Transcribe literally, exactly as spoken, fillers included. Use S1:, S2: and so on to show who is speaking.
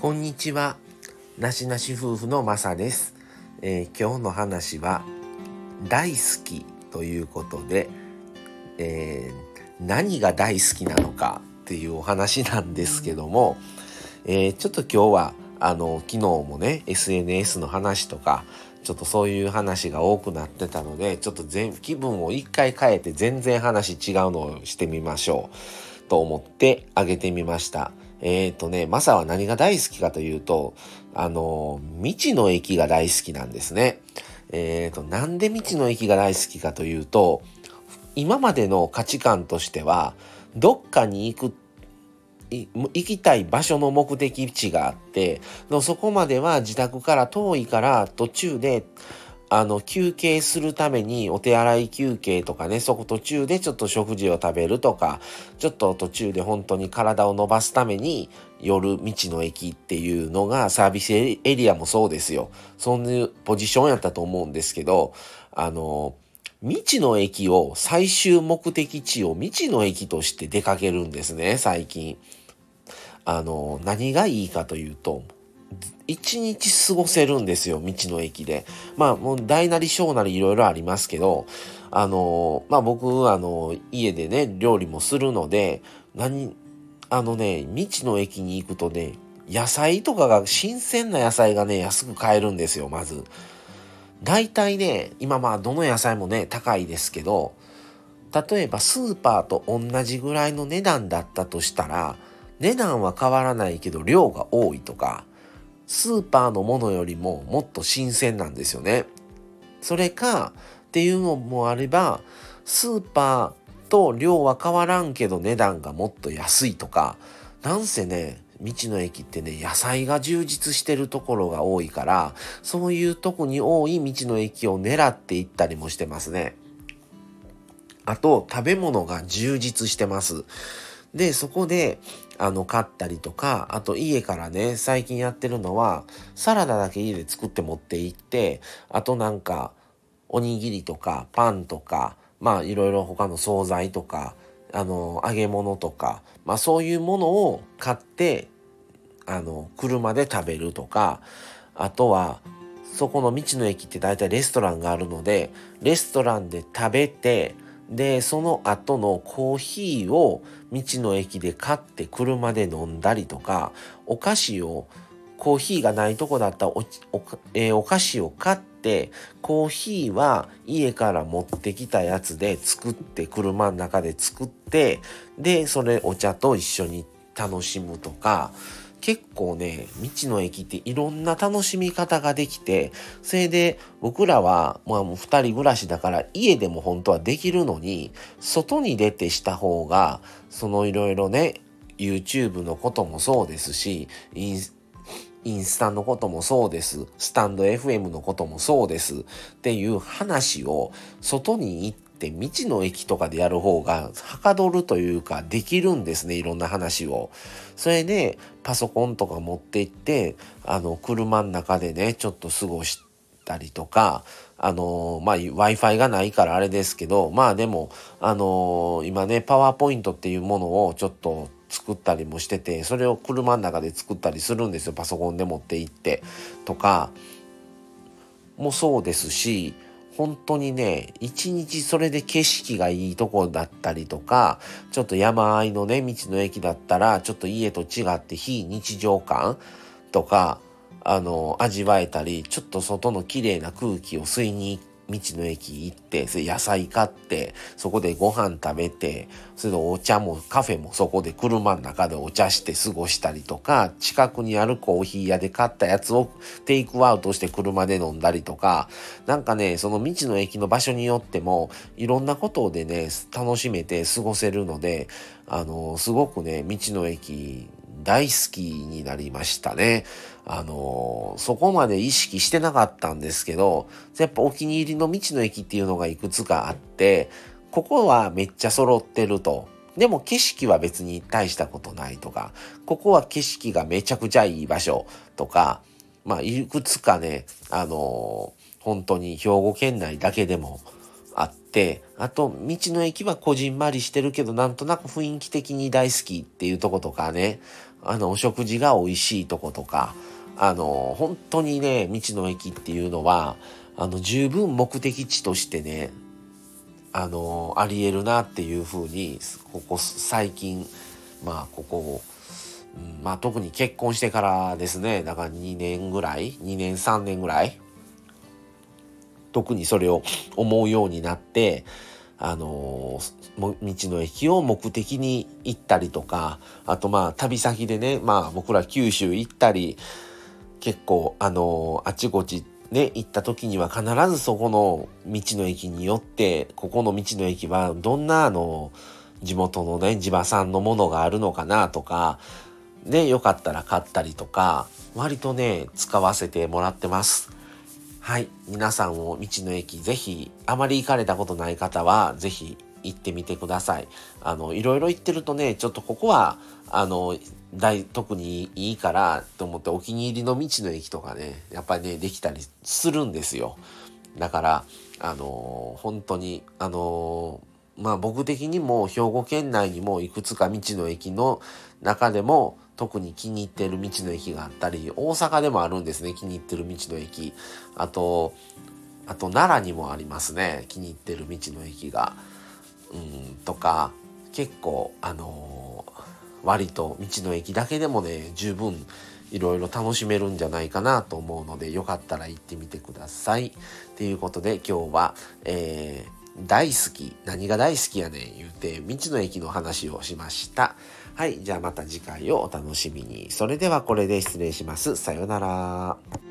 S1: こんにちは。なしなし夫婦のまさです、えー、今日の話は大好きということで、えー、何が大好きなのかっていうお話なんですけども、えー、ちょっと今日はあの昨日もね エスエヌエス の話とかちょっとそういう話が多くなってたので、ちょっと全気分を一回変えて全然話違うのをしてみましょうと思ってあげてみました。えっとね、マサは何が大好きかというと、あの、道の駅が大好きなんですね。えっと、なんで道の駅が大好きかというと、今までの価値観としては、どっかに行く、い行きたい場所の目的地があって、そこまでは自宅から遠いから途中であの休憩するためにお手洗い休憩とかね、そこ途中でちょっと食事を食べるとか、ちょっと途中で本当に体を伸ばすために夜道の駅っていうのがサービスエリアもそうですよ。そういうポジションやったと思うんですけど、あの道の駅を最終目的地を道の駅として出かけるんですね、最近。あの何がいいかというと、一日過ごせるんですよ、道の駅で。まあもう大なり小なりいろいろありますけど、あのまあ僕あの家でね料理もするので、何あのね道の駅に行くとね、野菜とかが新鮮な野菜がね安く買えるんですよ。まず大体ね、今まあどの野菜もね高いですけど、例えばスーパーと同じぐらいの値段だったとしたら、値段は変わらないけど量が多いとか、スーパーのものよりももっと新鮮なんですよね。それかっていうのもあれば、スーパーと量は変わらんけど値段がもっと安いとか、なんせね道の駅ってね野菜が充実してるところが多いから、そういうとこに多い道の駅を狙っていったりもしてますね。あと食べ物が充実してます。で、そこで、あの、買ったりとか、あと家からね、最近やってるのは、サラダだけ家で作って持って行って、あとなんか、おにぎりとか、パンとか、まあ、いろいろ他の惣菜とか、あの、揚げ物とか、まあ、そういうものを買って、あの、車で食べるとか、あとは、そこの道の駅って大体レストランがあるので、レストランで食べて、で、その後のコーヒーを道の駅で買って車で飲んだりとか、お菓子を、コーヒーがないとこだったらお、お、えーお菓子を買って、コーヒーは家から持ってきたやつで作って、車の中で作って、で、それお茶と一緒に楽しむとか、結構ね、道の駅っていろんな楽しみ方ができて、それで僕らは、まあもう二人暮らしだから家でも本当はできるのに、外に出てした方が、そのいろいろね、YouTube のこともそうですし、インスインスタのこともそうです。スタンド エフエム のこともそうです。っていう話を外に行って道の駅とかでやる方がはかどるというかできるんですね。いろんな話を。それでパソコンとか持って行って、あの車の中でね、ちょっと過ごしたりとか、あのー、まあ Wi-Fi がないからあれですけど、まあでも、あのー、今ね、パワーポイントっていうものをちょっと作ったりもしてて、それを車の中で作ったりするんですよ。パソコンで持って行ってとかもそうですし、本当にね、一日それで景色がいいとこだったりとか、ちょっと山あいのね、道の駅だったら、ちょっと家と違って非日常感とか、あの、味わえたり、ちょっと外の綺麗な空気を吸いに道の駅行って、それ野菜買って、そこでご飯食べて、それでお茶もカフェもそこで車の中でお茶して過ごしたりとか、近くにあるコーヒー屋で買ったやつをテイクアウトして車で飲んだりとか、なんかね、その道の駅の場所によっても、いろんなことでね、楽しめて過ごせるので、あの、すごくね、道の駅、大好きになりましたね。あのー、そこまで意識してなかったんですけど、やっぱお気に入りの道の駅っていうのがいくつかあって、ここはめっちゃ揃ってると。でも景色は別に大したことないとか、ここは景色がめちゃくちゃいい場所とか、まあいくつかね、あのー、本当に兵庫県内だけでもあって、あと道の駅はこじんまりしてるけどなんとなく雰囲気的に大好きっていうとことかね、 あのお食事が美味しいとことか、あの本当にね道の駅っていうのはあの十分目的地としてねあのありえるなっていうふうにここ最近まあここ、うん、まあ特に結婚してからですね、だからにねんぐらいにねんさんねんぐらい特にそれを思うようになって、あの道の駅を目的に行ったりとか、あとまあ旅先でね、まあ僕ら九州行ったり結構あのあちこちね行った時には必ずそこの道の駅によって、ここの道の駅はどんなあの地元のね地場産のものがあるのかなとかで、よかったら買ったりとか割とね使わせてもらってます。はい、皆さんも道の駅ぜひあまり行かれたことない方はぜひ行ってみてください。あのいろいろ行ってるとね、ちょっとここはあの大特にいいからと思ってお気に入りの道の駅とかねやっぱりねできたりするんですよ。だからあの本当にあのまあ僕的にも兵庫県内にもいくつか道の駅の中でも特に気に入ってる道の駅があったり、大阪でもあるんですね、気に入ってる道の駅。あとあと奈良にもありますね、気に入ってる道の駅が。うんとか結構あのー割と道の駅だけでもね十分いろいろ楽しめるんじゃないかなと思うので、よかったら行ってみてください。ということで今日は、えー、大好き何が大好きやねん言うて道の駅の話をしました。はい、じゃあまた次回をお楽しみに。それではこれで失礼します。さようなら。